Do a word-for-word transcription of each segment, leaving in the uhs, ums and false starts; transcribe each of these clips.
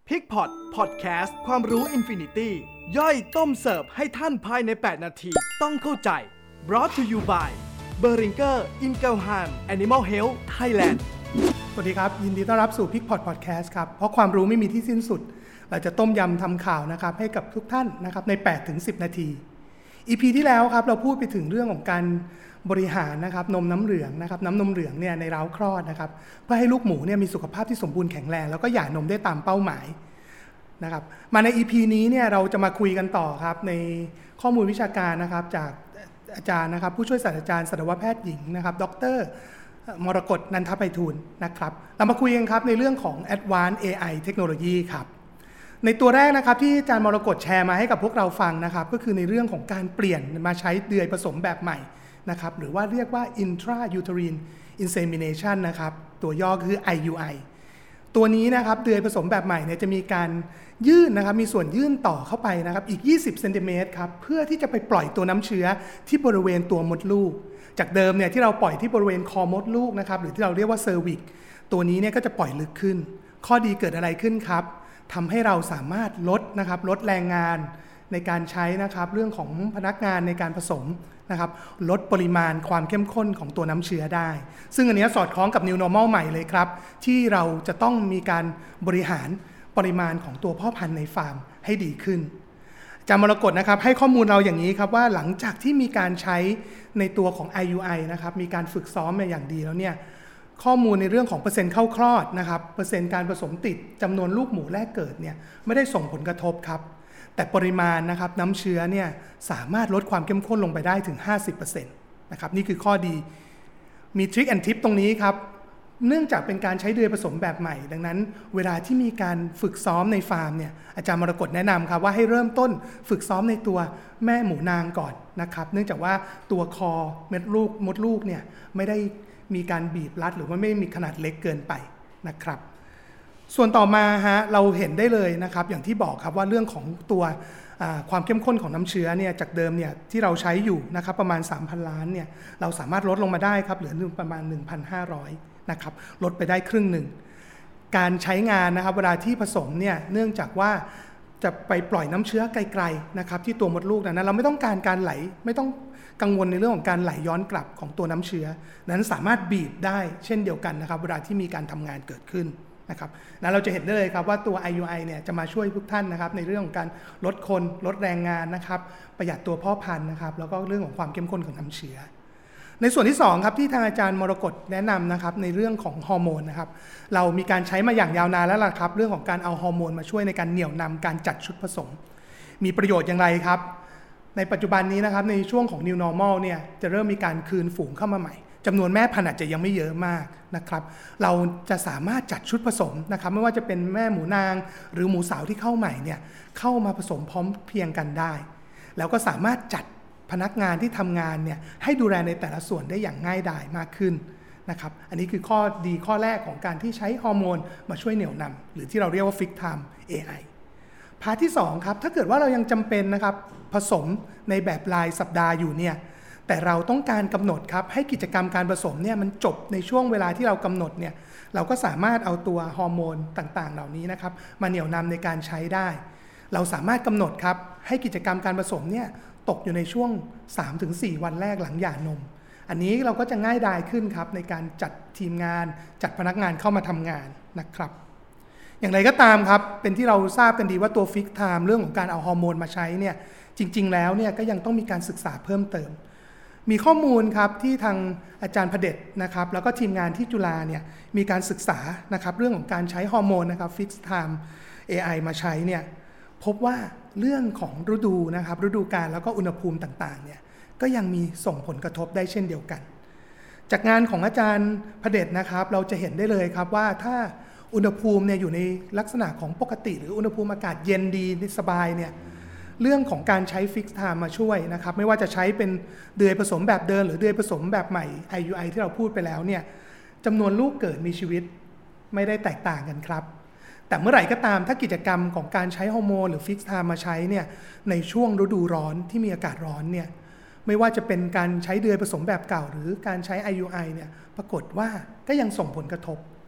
พิกพอตพอดแคสต์ความรู้อินฟินิตี้ย่อยต้มเสิร์ฟให้ท่านภายในแปดนาทีต้องเข้าใจ brought to you by Boehringer Ingelheim Animal Health Thailand สวัสดีครับยินดีต้อนรับสู่พิกพอตพอดแคสต์ครับเพราะความรู้ไม่มีที่สิ้นสุดเราจะต้มยำทำข่าวนะครับให้กับทุกท่านนะครับใน แปดถึงสิบ นาที อี พี ที่แล้วครับเราพูดไปถึงเรื่องของการบริหารนะครับนมน้ำเหลืองนะครับน้ำนมเหลืองเนี่ยในเล้าคลอดนะครับเพื่อให้ลูกหมูเนี่ยมีสุขภาพที่สมบูรณ์แข็งแรงแล้วก็หย่านมได้ตามเป้าหมายนะครับมาใน อี พี นี้เนี่ยเราจะมาคุยกันต่อครับในข้อมูลวิชาการนะครับจากอาจารย์นะครับผู้ช่วยศาสตราจารย์สัตวแพทย์หญิงนะครับดร.มรกต นันทไพฑูรย์นะครับเรามาคุยกันครับในเรื่องของ Advanced เอ ไอ Technology ครับในตัวแรกนะครับที่อาจารย์มรกตแชร์มาให้กับพวกเราฟังนะครับก็คือในเรื่องของการเปลี่ยนมาใช้เดือยผสมแบบใหม่นะครับหรือว่าเรียกว่า intrauterine insemination นะครับตัวย่อคือ ไอ ยู ไอ ตัวนี้นะครับเดือยผสมแบบใหม่เนี่ยจะมีการยื่นนะครับมีส่วนยื่นต่อเข้าไปนะครับอีกยี่สิบเซนติเมตรครับเพื่อที่จะไปปล่อยตัวน้ำเชื้อที่บริเวณตัวมดลูกจากเดิมเนี่ยที่เราปล่อยที่บริเวณคอมดลูกนะครับหรือที่เราเรียกว่าเซอร์วิกตัวนี้เนี่ยก็จะปล่อยลึกขึ้นข้อดีเกิดอะไรขึ้นครับทำให้เราสามารถลดนะครับลดแรงงานในการใช้นะครับเรื่องของพนักงานในการผสมนะครับลดปริมาณความเข้มข้นของตัวน้ำเชื้อได้ซึ่งอันนี้สอดคล้องกับ New Normal ใหม่เลยครับที่เราจะต้องมีการบริหารปริมาณของตัวพ่อพันธุ์ในฟาร์มให้ดีขึ้นอาจารย์มรกตนะครับให้ข้อมูลเราอย่างนี้ครับว่าหลังจากที่มีการใช้ในตัวของ ไอ ยู ไอ นะครับมีการฝึกซ้อมมาอย่างดีแล้วเนี่ยข้อมูลในเรื่องของเปอร์เซ็นต์เข้าคลอดนะครับเปอร์เซ็นต์การผสมติดจำนวนลูกหมูแรกเกิดเนี่ยไม่ได้ส่งผลกระทบครับแต่ปริมาณนะครับน้ำเชื้อเนี่ยสามารถลดความเข้มข้นลงไปได้ถึง ห้าสิบเปอร์เซ็นต์ นะครับนี่คือข้อดีมีทริคแอนด์ทิปตรงนี้ครับเนื่องจากเป็นการใช้เดือยผสมแบบใหม่ดังนั้นเวลาที่มีการฝึกซ้อมในฟาร์มเนี่ยอาจารย์มรกตแนะนำครับว่าให้เริ่มต้นฝึกซ้อมในตัวแม่หมูนางก่อนนะครับเนื่องจากว่าตัวคอเม็ดลูกมดลูกเนี่ยไม่ได้มีการบีบรัดหรือว่าไม่มีขนาดเล็กเกินไปนะครับส่วนต่อมาฮะเราเห็นได้เลยนะครับอย่างที่บอกครับว่าเรื่องของตัวความเข้มข้นของน้ำเชื้อเนี่ยจากเดิมเนี่ยที่เราใช้อยู่นะครับประมาณ สามพัน ล้านเนี่ยเราสามารถลดลงมาได้ครับเหลือประมาณ หนึ่งพันห้าร้อย นะครับลดไปได้ครึ่งหนึ่งการใช้งานนะครับเวลาที่ผสมเนี่ยเนื่องจากว่าจะไปปล่อยน้ำเชื้อไกลๆนะครับที่ตัวมดลูกนั้นเราไม่ต้องการการไหลไม่ต้องกังวลในเรื่องของการไหลย้อนกลับของตัวน้ำเชื้อนั้นสามารถบีบได้เช่นเดียวกันนะครับเวลาที่มีการทำงานเกิดขึ้นนะครับนั้นเราจะเห็นได้เลยครับว่าตัว ไอ ยู ไอ เนี่ยจะมาช่วยทุกท่านนะครับในเรื่องของการลดคนลดแรงงานนะครับประหยัดตัวพ่อพันธุ์นะครับแล้วก็เรื่องของความเข้มข้นของน้ำเชื้อในส่วนที่สองครับที่ทางอาจารย์มรกตแนะนำนะครับในเรื่องของฮอร์โมนนะครับเรามีการใช้มาอย่างยาวนานแล้วล่ะครับเรื่องของการเอาฮอร์โมนมาช่วยในการเหนี่ยวนำการจัดชุดผสมมีประโยชน์อย่างไรครับในปัจจุบันนี้นะครับในช่วงของ New Normal เนี่ยจะเริ่มมีการคืนฝูงเข้ามาใหม่จำนวนแม่พันธุ์อาจจะยังไม่เยอะมากนะครับเราจะสามารถจัดชุดผสมนะครับไม่ว่าจะเป็นแม่หมูนางหรือหมูสาวที่เข้าใหม่เนี่ยเข้ามาผสมพร้อมเพียงกันได้แล้วก็สามารถจัดพนักงานที่ทำงานเนี่ยให้ดูแลในแต่ละส่วนได้อย่างง่ายดายมากขึ้นนะครับอันนี้คือข้อดีข้อแรกของการที่ใช้ฮอร์โมนมาช่วยเหนี่ยวนำหรือที่เราเรียกว่า Fixed Time เอ ไอ พาร์ทที่สองครับถ้าเกิดว่าเรายังจำเป็นนะครับผสมในแบบรายสัปดาห์อยู่เนี่ยแต่เราต้องการกำหนดครับให้กิจกรรมการผสมเนี่ยมันจบในช่วงเวลาที่เรากำหนดเนี่ยเราก็สามารถเอาตัวฮอร์โมนต่างๆเหล่านี้นะครับมาเหนี่ยวนำในการใช้ได้เราสามารถกำหนดครับให้กิจกรรมการผสมเนี่ยตกอยู่ในช่วง สามถึงสี่ วันแรกหลังหย่านมอันนี้เราก็จะง่ายดายขึ้นครับในการจัดทีมงานจัดพนักงานเข้ามาทำงานนะครับอย่างไรก็ตามครับเป็นที่เราทราบกันดีว่าตัว Fixed Time เรื่องของการเอาฮอร์โมนมาใช้เนี่ยจริงๆแล้วเนี่ยก็ยังต้องมีการศึกษาเพิ่มเติมมีข้อมูลครับที่ทางอาจารย์พเดชนะครับแล้วก็ทีมงานที่จุฬาเนี่ยมีการศึกษานะครับเรื่องของการใช้ฮอร์โมนนะครับ Fixed Time เอ ไอ มาใช้เนี่ยพบว่าเรื่องของฤดูนะครับฤดูกาลแล้วก็อุณหภูมิต่างๆเนี่ยก็ยังมีส่งผลกระทบได้เช่นเดียวกันจากงานของอาจารย์พเดชนะครับเราจะเห็นได้เลยครับว่าถ้าอุณหภูมิเนี่ยอยู่ในลักษณะของปกติหรืออุณหภูมิอากาศเย็นดีสบายเนี่ยเรื่องของการใช้ Fixed Time มาช่วยนะครับไม่ว่าจะใช้เป็นเดือยผสมแบบเดิมหรือเดือยผสมแบบใหม่ ไอ ยู ไอ ที่เราพูดไปแล้วเนี่ยจำนวนลูกเกิดมีชีวิตไม่ได้แตกต่างกันครับแต่เมื่อไหร่ก็ตามถ้ากิจกรรมของการใช้ฮอร์โมนหรือ Fixed Time มาใช้เนี่ยในช่วงฤดูร้อนที่มีอากาศร้อนเนี่ยไม่ว่าจะเป็นการใช้เดือยผสมแบบเก่าหรือการใช้ ไอ ยู ไอ เนี่ยปรากฏว่าก็ยังส่งผลกระทบ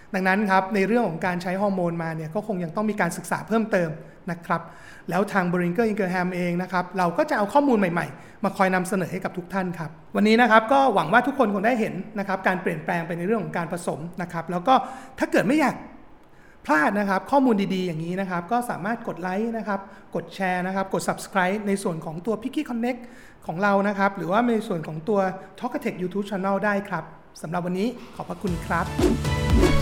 ดังนั้นครับในเรื่องของการใช้ฮอร์โมนมาเนี่ยก็คงยังต้องมีการศึกษาเพิ่มเติมนะครับแล้วทาง Boehringer Ingelheim เองนะครับเราก็จะเอาข้อมูลใหม่ๆมาคอยนำเสนอให้กับทุกท่านครับวันนี้นะครับก็หวังว่าทุกคนคงได้เห็นนะครับการเปลี่ยนแปลงไปในเรื่องของการผสมนะครับแล้วก็ถ้าเกิดไม่อยากพลาดนะครับข้อมูลดีๆอย่างนี้นะครับก็สามารถกดไลค์นะครับกดแชร์นะครับกด Subscribe ในส่วนของตัว Picky Connect ของเรานะครับหรือว่าในส่วนของตัว Talkatech YouTube Channel ได้ครับสำหรับวันนี้ขอบพระคุณครับ